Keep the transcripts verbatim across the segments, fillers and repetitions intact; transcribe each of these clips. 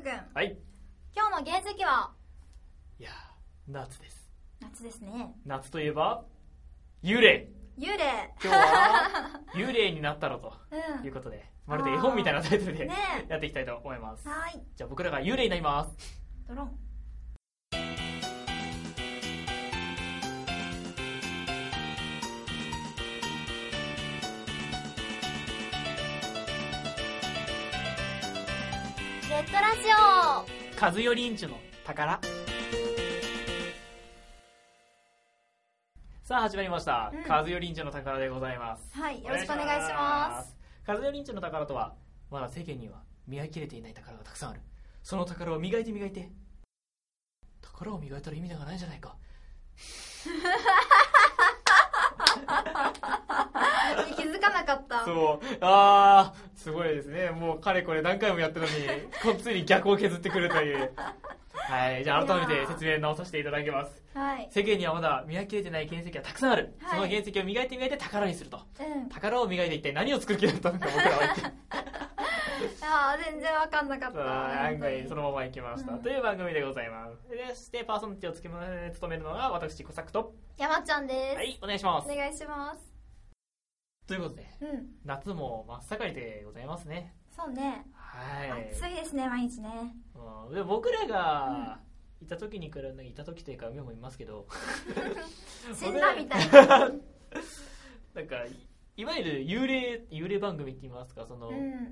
くん。 はい。 今日の原石は？ いやー、夏です。 夏ですね。 夏といえば幽霊。 幽霊。 今日は幽霊になったろということで、 うん、 まるで絵本みたいなタイトルで、 ね、 やっていきたいと思います。 はい。 じゃあ僕らが幽霊になります。 ドロン。ネットラジオカズヨリンチュの宝。さあ始まりました、うん、カズヨリンチュの宝でございます。 はい、よろしくお願いします。 カズヨリンチュの宝とは、まだ世間には磨ききれていない宝がたくさんある。その宝を磨いて磨いて、宝を磨いたら意味がないじゃないか。 気づかなかった。 そう、あー、すごいですね。もうかれこれ何回もやったのに、こっちに逆を削ってくるという。はい、じゃあ改めて説明直させていただきます。 はい、 世間にはまだ磨ききれてない原石がたくさんある。はい、その原石を磨いて磨いて宝にすると。うん、宝を磨いて一体何を作る気だったのか僕らは言って。 あー、全然わかんなかった。 案外そのままいきました、うん、という番組でございます。でしてパーソナリティを務めるのが私小作と山ちゃんです。 はい、お願いします。 お願いします。 ということで、うん、夏も真っ盛りでございますね。 そうね、 はい、 暑いですね、毎日ね。 うん、で僕らがいた時に比べて、いた時というか海もいますけど死んだみたいななんかいわゆる幽霊幽霊番組って言いますか、その、うん、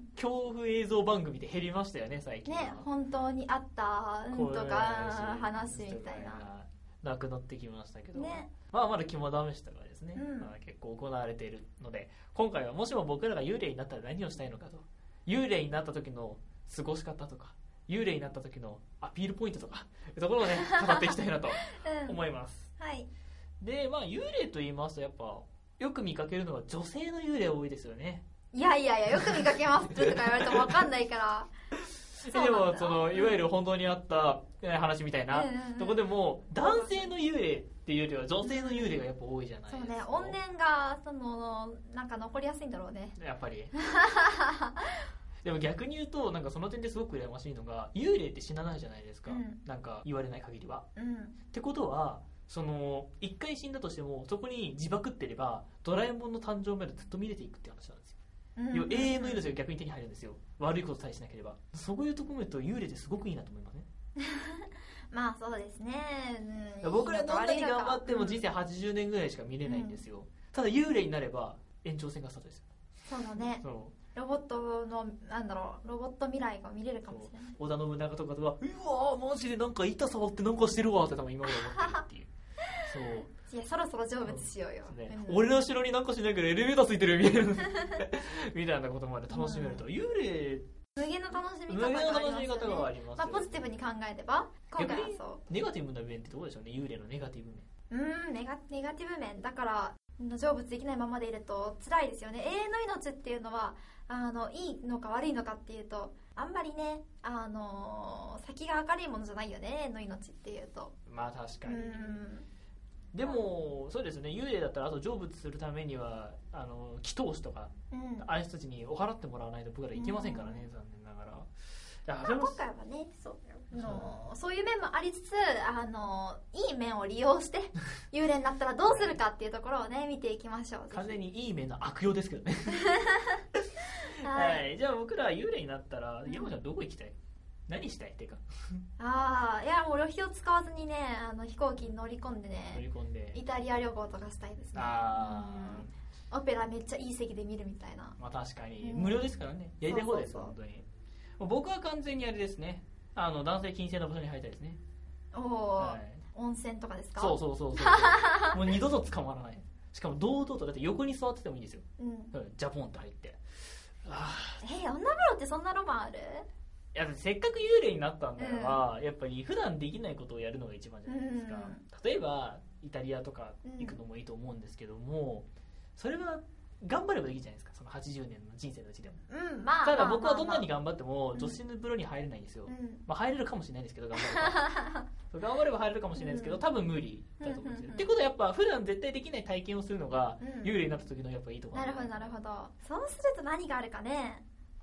恐怖映像番組で減りましたよね最近は。 ね、本当にあったうんとか話みたいななくなってきましたけど、 ね、 まあまだ肝試しとかですね、うん、まあ、結構行われているので、今回はもしも僕らが幽霊になったら何をしたいのかと、幽霊になった時の過ごし方とか、幽霊になった時のアピールポイントとかいうところをね語っていきたいなと思います、 うん、はい。 で、まあ幽霊と言いますとやっぱよく見かけるのは女性の幽霊多いですよね。 いやいやいや、よく見かけますとか言われても分かんないからでもそのいわゆる本当にあった話みたいな、うんうんうん、とこでも男性の幽霊っていうよりは女性の幽霊がやっぱ多いじゃないですか。 そうね、怨念がそのなんか残りやすいんだろうね、 やっぱりでも逆に言うとなんかその点ですごく羨ましいのが、幽霊って死なないじゃないですか、うん、なんか言われない限りは、うん、ってことはその一回死んだとしてもそこに自爆ってればドラえもんの誕生までずっと見れていくって話なんですよ、うんうんうん、永遠の命が逆に手に入るんですよ、悪いことさえしなければ。そういうところ見ると幽霊ってすごくいいなと思いますね。 まあそうですね、 うん、僕らどんなに頑張っても人生はちじゅうねんぐらいしか見れないんですよ、うん、ただ幽霊になれば延長線がスタートですよ。 そうだね、そうロボットのなんだろうロボット未来が見れるかもしれない。 織田信長とかとはうわーマジでなんか板触ってなんかしてるわって多分今まで思ってるっていうそういや、そろそろ成仏しようよ、 う、ね、うん、俺の城になんかしないけどエレベーターついてるみたいなみたいなことまで楽しめると、うん、幽霊無限の楽しみ方がありますよね。無限の楽しみ方がありますよ、まあ、ポジティブに考えれば今回はそうネガティブな面ってどうでしょうね、幽霊のネガティブ面。うーんネガ、ネガティブ面だから成仏できないままでいると辛いですよね。永遠の命っていうのはあのいいのか悪いのかっていうとあんまりね、あのー、先が明るいものじゃないよね、永遠の命っていうと。 まあ確かに。でもそうですね、幽霊だったらあと成仏するためにはあの祈祷師とか、うん、ああいう人たちにお払ってもらわないと僕らいけませんからね、うん、残念ながら。 まあ、今回はね そう, のそういう面もありつつ、あのいい面を利用して幽霊になったらどうするかっていうところをね見ていきましょう。 完全にいい面の悪用ですけどねはい、はい、じゃあ僕ら幽霊になったら山ちゃんどこ行きたい、何したいっていうかああ、いやもう旅費を使わずにね、あの飛行機に乗り込んでね、 乗り込んでイタリア旅行とかしたいですね。 あ、 うん、オペラめっちゃいい席で見るみたいな。 まあ確かに、うん、無料ですからね、やりたい方ですよ。本当に僕は完全にあれですね、あの男性禁制の場所に入りたいですね。 おお、はい、温泉とかですか。 そうそうそうそうもう二度と捕まらない。しかも堂々とだって横に座っててもいいんですよ、うん、ジャポンって入って、 あえー、女風呂ってそんなロマンある。 いやせっかく幽霊になったんだから、うん、やっぱり普段できないことをやるのが一番じゃないですか、うん、例えばイタリアとか行くのもいいと思うんですけども、うん、それは頑張ればできるじゃないですか、そのはちじゅうねんの人生のうちでも、 うんまあ、 ただ僕はどんなに頑張っても女子の風呂に入れないんですよ、うんまあ、入れるかもしれないですけど頑張れば頑張れば入れるかもしれないですけど、多分無理だと思うんですよ、うん、ってことはやっぱ普段絶対できない体験をするのが、うん、幽霊になった時のやっぱいいところ。 なるほどなるほど。そうすると何があるかね。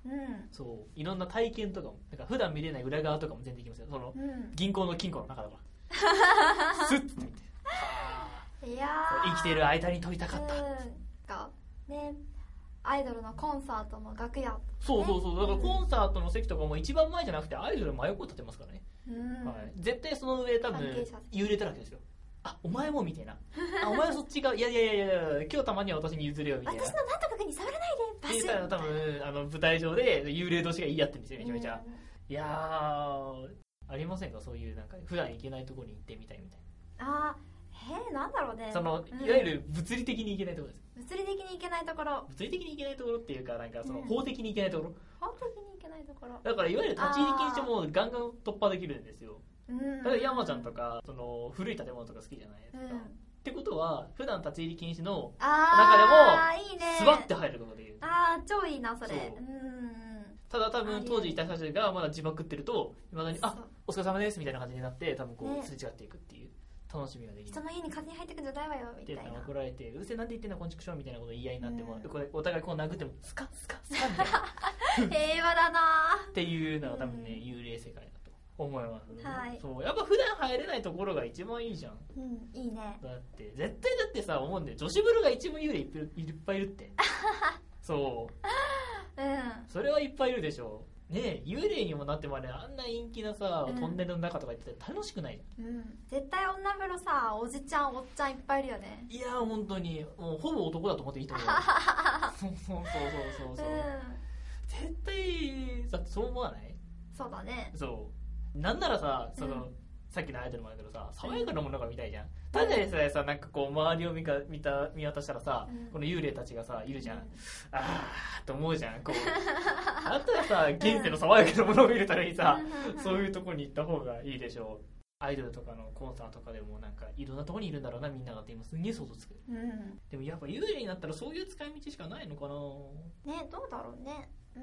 うん、 そういろんな体験とかもなんか普段見れない裏側とかも全然できますよ。その、うん、銀行の金庫の中だからスッて見て、 いや生きている間に撮りたかった、うんかね、アイドルのコンサートの楽屋、ね、 そうそうそう、だからコンサートの席とかも一番前じゃなくてアイドル真横立ってますからね、うんはい、絶対その上多分幽霊だらけですよ。あ、お前もみたいな、あ、お前はそっちがいやいやいやいや今日たまには私に譲れよみたいな、 私のなんとかに触らないでバシッ多分あの舞台上で幽霊同士が言い合ってるんですよめちゃめちゃ、うん、いやーありませんかそういうなんか普段行けないところに行ってみたいみたいな。 あー、へー、なんだろうね、 そのいわゆる物理的に行けないところです、 うん、物理的に行けないところ物理的に行けないところっていうかなんかその法的に行けないところ、うん、 法的に行けないところだからいわゆる立ち入り禁止もガンガン突破できるんですよ。だから山ちゃんとかその古い建物とか好きじゃないですか、うん、ってことは普段立ち入り禁止の中でも座って入ることができる。 あー、超いいなそれ。そう、うん、 ただ多分当時いた人たちがまだ字幕食ってるといまだにあお疲れ様ですみたいな感じになって多分こうすれ違っていくっていう楽しみができる、 人の家に勝手に入ってくんじゃないわよみたいな怒られてうるせえなんで言ってんのこんちくしょうみたいなこと言い合いになっても、うん、これお互いこう殴ってもスカスカスカみたいな平和だなっていうのが多分ね、うん、幽霊世界だと思いますね、 はい、 そうやっぱ普段入れないところが一番いいじゃん、 うん、いいね。 だって絶対だってさ思うんで女子風呂が一番幽霊いっぱいいるってそう、うん、それはいっぱいいるでしょねえ、幽霊にもなってもあれあんな陰気なさ、うん、トンネルの中とか行って楽しくないじゃん、 うん、絶対女風呂さおじちゃんおっちゃんいっぱいいるよね。 いや本当にもうほぼ男だと思っていいと思うそうそうそうそうそう、うん、絶対だってそう思わない？ そうだね。 そうなんならさその、うん、さっきのアイドルもあるけどさ爽やかなものが見たいじゃん。ただでさえさなんかこう周りを見か見た見渡したらさ、うん、この幽霊たちがさいるじゃん、うん、あーと思うじゃんこうあったらさ現世の爽やかなものを見るためにさ、うん、そういうとこに行った方がいいでしょう。アイドルとかのコンサートとかでもなんかいろんなとこにいるんだろうなみんながって今すんげえ想像つく、うん、でもやっぱ幽霊になったらそういう使い道しかないのかなね。どうだろうね、うん、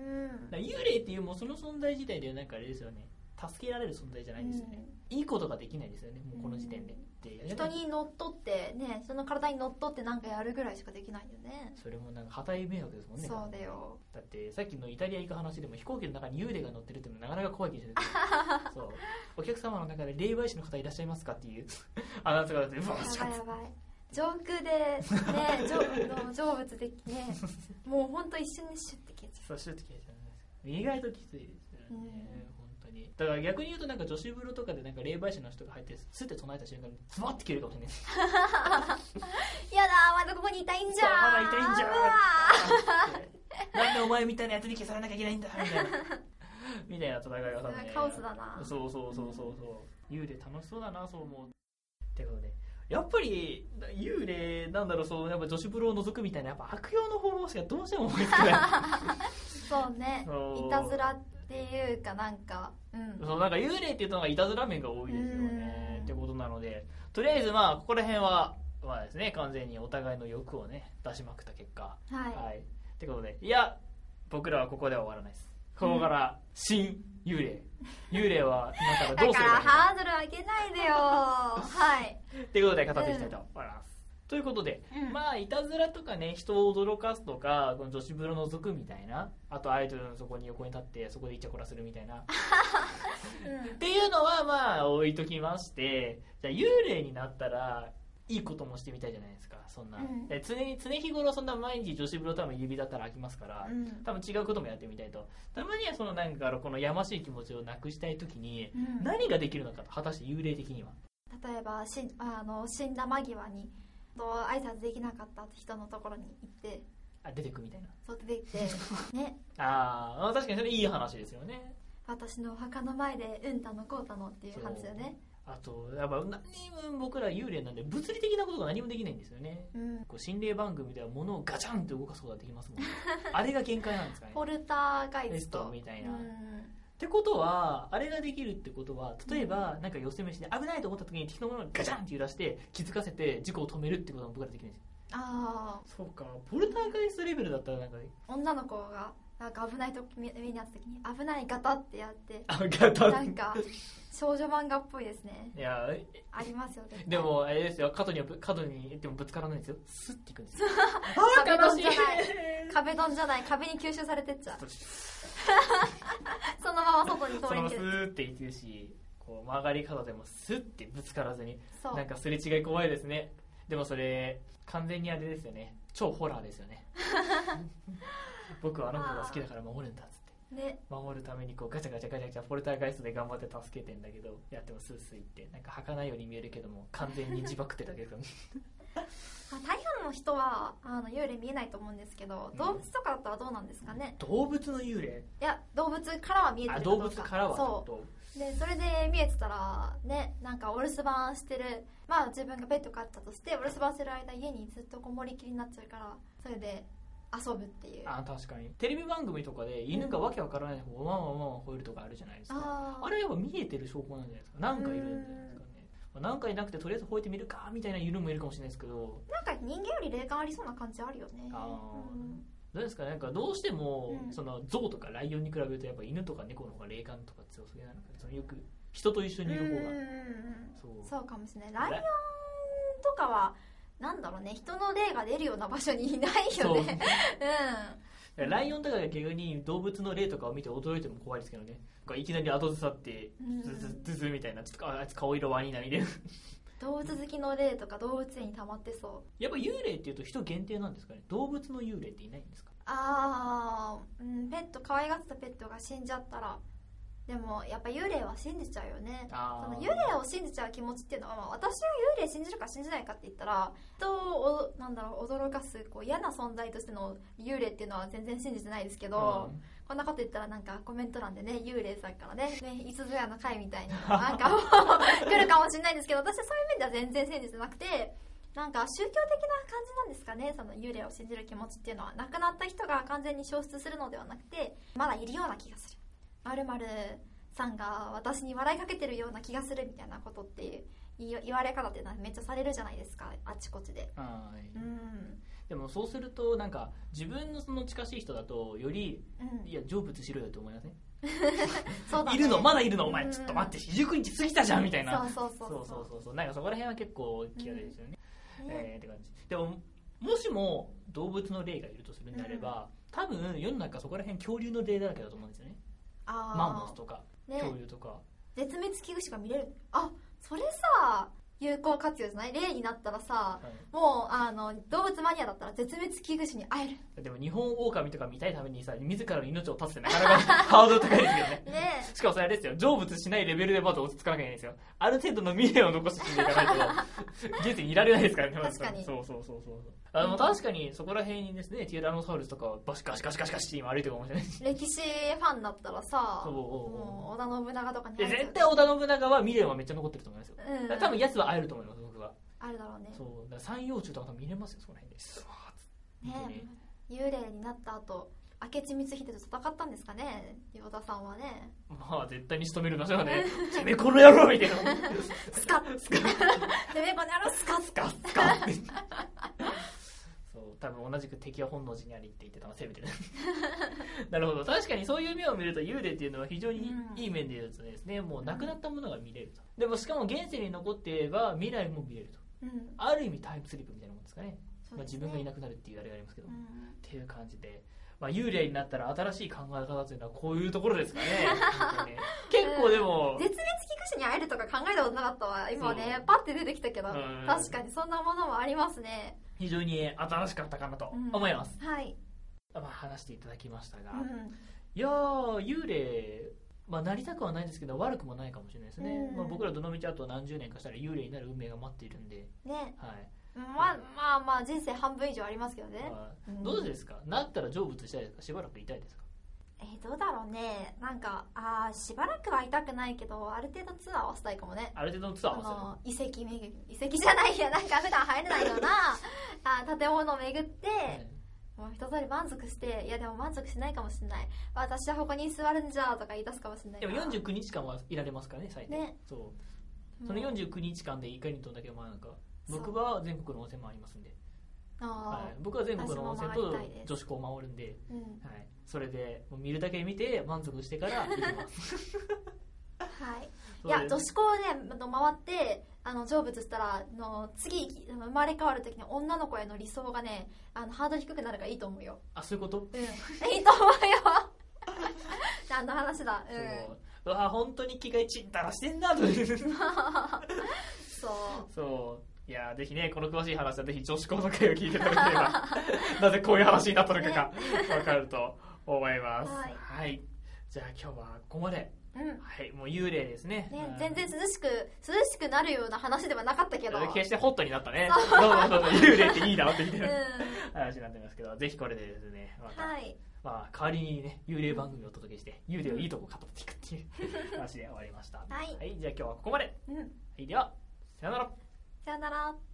幽霊っていうもうその存在自体でなんかあれですよね助けられる存在じゃないんですよね、うん、いいことができないですよねもうこの時点で、うん、 人に乗っ取ってね人の体に乗っ取ってなんかやるぐらいしかできないよね。 それもなんか旗い迷惑ですもんね。 そうだよ。 だってさっきのイタリア行く話でも飛行機の中に幽霊が乗ってるっていうのはなかなか怖い気がするそうお客様の中で霊媒師の方いらっしゃいますかっていうアナウンスがあってやばいやばい上空でね成成仏できねもうほんと一瞬にシュッて消えちゃう。 そうシュッて消えちゃう意外ときついですよね、うんだから逆に言うとなんか女子風呂とかでなんか霊媒師の人が入ってスッて唱えた瞬間にズバッて切れるかもしれないやだまだここにいたいんじゃんまだいたいんじゃんなんでお前みたいなやつに消されなきゃいけないんだみたいなみたいな戦いがさねカオスだな。 そうそうそうそうそう幽霊楽しそうだなそう思うってことでやっぱり幽霊なんだろうそうやっぱ女子風呂を覗くみたいなやっぱ悪用の方法しかどうしても思いつかないそうねいたずらっていうかなんか、うん、 そうなんか幽霊っていうのがいたずら面が多いですよねってことなのでとりあえずまあここら辺はまあですね完全にお互いの欲をね出しまくった結果はい、はい、ってことでいや僕らはここでは終わらないです。ここから新幽霊幽霊は今からどうすればいいかだからハードル上げないでよはいっていうことで語っていきたいと思います、うん、ということで、うん、まあいたずらとかね人を驚かすとかこの女子風呂の覗くみたいなあとアイドルのそこに横に立ってそこでイチャコラするみたいな、うん、っていうのはまあ置いときましてじゃあ幽霊になったらいいこともしてみたいじゃないですかそんな、うん、常に常日頃そんな毎日女子風呂多分指だったら飽きますから、うん、多分違うこともやってみたいとたまにはそのなんかこのやましい気持ちをなくしたい時に何ができるのかと果たして幽霊的には例えばしあの死んだ間際に挨拶できなかった人のところに行ってあ出てくみたいなそう出てきてねああ確かにそれいい話ですよね。 私のお墓の前でうんたのこうたのっていう話よね。 あとやっぱ何も僕ら幽霊なんで物理的なことが何もできないんですよね、うん、こう心霊番組では物をガチャンって動かすことができますもんねあれが限界なんですかねポルターガイストみたいな、うん、ってことはあれができるってことは例えば、うん、なんか寄せ飯で危ないと思った時に敵のものをガチャンって揺らして気づかせて事故を止めるってことも僕らできないんですよ。ああそうかポルターガイストレベルだったらなんか女の子がなんか危ないとき目にあった時に危ないガタってやってあガタなんか少女漫画っぽいですね。 いやありますよね。 でもあれですよ角に角にでもぶつからないんですよスッていくんですよ壁ドンじゃない壁ドンじゃない壁に吸収されてっちゃうそのまま外に通りそのままス抜けるーっていくし、こう曲がり角でもスッてぶつからずに、なんかすれ違い怖いですね。でもそれ完全にあれですよね、超ホラーですよね。僕はあの子が好きだから守るんだっつって、ね、守るためにこうガチャガチャガチャガチャポルターガイストで頑張って助けてんだけど、やってもスースーいってなんか儚いように見えるけども完全に自爆ってだけですからね。 まあ、大半の人はあの幽霊見えないと思うんですけど、動物とかだったらどうなんですかね。 うん、動物の幽霊、 いや動物からは見えてるかどうか。 あ、動物からはそうで、それで見えてたらね、なんかお留守番してる、まあ自分がペット飼ったとしてお留守番してる間家にずっとこもりきりになっちゃうから、それで遊ぶっていう。 あ、確かにテレビ番組とかで犬がわけわからない方がワンワンワンワン吠えるとかあるじゃないですか。あ, あれやっぱ見えてる証拠なんじゃないですか。なんかいるんじゃないですかね。なんかいなくてとりあえず吠えてみるかみたいな犬もいるかもしれないですけど、 なんか人間より霊感ありそうな感じあるよね。あ、 うん、どうですかね。なんかどうしても、うん、そのゾウとかライオンに比べるとやっぱ犬とか猫の方が霊感とか強すぎないのか、そのよく人と一緒にいる方が、うん、 そうそうかもしれない。ライオンとかはなんだろうね、人の霊が出るような場所にいないよね。 うん、ライオンとかが逆に動物の霊とかを見て驚いても怖いですけどね。いきなり後ずさってズズズズみたいな、ちょっとあいつ顔色悪いなみたいな。 動物好きの霊とか動物園に溜まってそう。 やっぱ幽霊っていうと人限定なんですかね。動物の幽霊っていないんですか。 あー、うん、ペット可愛がってたペットが死んじゃったら、でもやっぱ幽霊は信じちゃうよね。その幽霊を信じちゃう気持ちっていうのは、まあ、私は幽霊信じるか信じないかって言ったら、人をなんだろう驚かすこう嫌な存在としての幽霊っていうのは全然信じてないですけど、うん、こんなこと言ったらなんかコメント欄でね、幽霊さんからね、ねいつぞやの会みたいななんか来るかもしれないんですけど、私はそういう面では全然信じてなくて、なんか宗教的な感じなんですかね。その幽霊を信じる気持ちっていうのは亡くなった人が完全に消失するのではなくて、まだいるような気がする、〇〇さんが私に笑いかけてるような気がするみたいなことっていう言われ方っていうのはめっちゃされるじゃないですか、あちこちで。 はい、うん、でもそうするとなんか自分のその近しい人だとより、うん、いや成仏しろよって思いません？そうだね、いるのまだいるのお前、うん、ちょっと待って四十九日過ぎたじゃんみたいな。 そうそうそうそうそうそう、なんかそこら辺は結構気がですよね。うん、ねえー、って感じ。でももしも動物の霊がいるとするんであれば、うん、多分世の中そこら辺恐竜の霊だらけだと思うんですよね。あマンモスとか、ね、恐竜とか絶滅危惧種が見れる。あ、それさ有効活用じゃない？例になったらさ、はい、もうあの動物マニアだったら絶滅危惧種に会える。 でも日本狼とか見たいためにさ自らの命を絶つってなかなかハードル高いですよね。ねしかもそれあれですよ、成仏しないレベルでまず落ち着かなきゃいけないんですよ。ある程度の未練を残して死んでいかないと現世にいられないですからね。 確かに。 そうそうそうそう。あの、うん、確かにそこら辺にですね、ティラノサウルスとかはバシガシガシガシガシって今歩いてるかもしれない。 歴史ファンだったらさ、そうもう織田信長とかに会える。絶対織田信長は未練はめっちゃ残ってると思いますよ。うん、多分奴は会えると思います。 あるだろうね。 そうだから三葉虫とか見れますよ、その辺で。 ねえ、幽霊になった後明智光秀と戦ったんですかね、岩田さんはね。 まあ絶対に仕留める場所はね、てめえこの野郎みたいな。 スカッスカッてめえこの野郎スカッスカッスカッそう多分同じく敵は本能寺にありって言ってたの攻めてる。なるほど、確かにそういう目を見ると幽霊っていうのは非常にいい面で言うとですね、もう亡くなったものが見れると。でもしかも現世に残っていれば未来も見れると。うん、ある意味タイムスリップみたいなもんですかね。まあ、自分がいなくなるっていうあれがありますけど、うん、っていう感じで、まあ、幽霊になったら新しい考え方というのはこういうところですかね。ね結構でも、 絶滅危惧種に会えるとか考えたことなかったわ今ね。パッて出てきたけど、うん、確かにそんなものもありますね。 非常に新しかったかなと思います、 うん、はい。 まあ、話していただきましたが、うん、いやー幽霊、まあ、なりたくはないですけど悪くもないかもしれないですね、うん、まあ、僕らどの道あと何十年かしたら幽霊になる運命が待っているんで、 ね、 はい、 まあまあまあ人生半分以上ありますけどね、 まあ、どうですか、うん、なったら成仏したいですか、しばらくいたいですか。 えー、どうだろうね。なんかあしばらくは痛くないけどある程度ツアーはしたいかもね。 ある程度のツアーはする。遺跡巡り、遺跡じゃないや、なんか普段入れないようなあ建物を巡って、もう一通り満足して、いやでも満足しないかもしれない、私はここに座るんじゃとか言い出すかもしれない。 でもよんじゅうくにちかんはいられますからね、最低ね。そうそのよんじゅうくにちかんでいかにどんだけ、まあなんか僕は全国の温泉もありますんで、あ、はい、僕は全国の温泉と女子校を守るんで、うん、はい、それでもう見るだけ見て満足してから行きますはい、いや女子校で、ね、回ってあの成仏したらの次生まれ変わる時に女の子への理想がね、あのハードル低くなるからいいと思うよ。 あ、そういうこと？ うん、いいと思うよ。 あの話だ、うん、 そううわ本当に気がちんたらしてんなというそうそういやぜひねこの詳しい話はぜひ女子講座会を聞いていただければなぜこういう話になったのかが分かると思います、はい、はい、じゃあ今日はここまで、うん、はい、もう幽霊ですね。 ね、全然涼しく涼しくなるような話ではなかったけど、 決してホットになったね。どうぞどうぞ幽霊っていいだろってみたいな、うん、話になってますけど、ぜひこれでですね、また、はい、まあ代わりにね幽霊番組をお届けして、幽霊をいいとこ語っていくっていう話で終わりました。はい、はい、じゃあ今日はここまで。うん、はい、ではさよなら。 さよなら。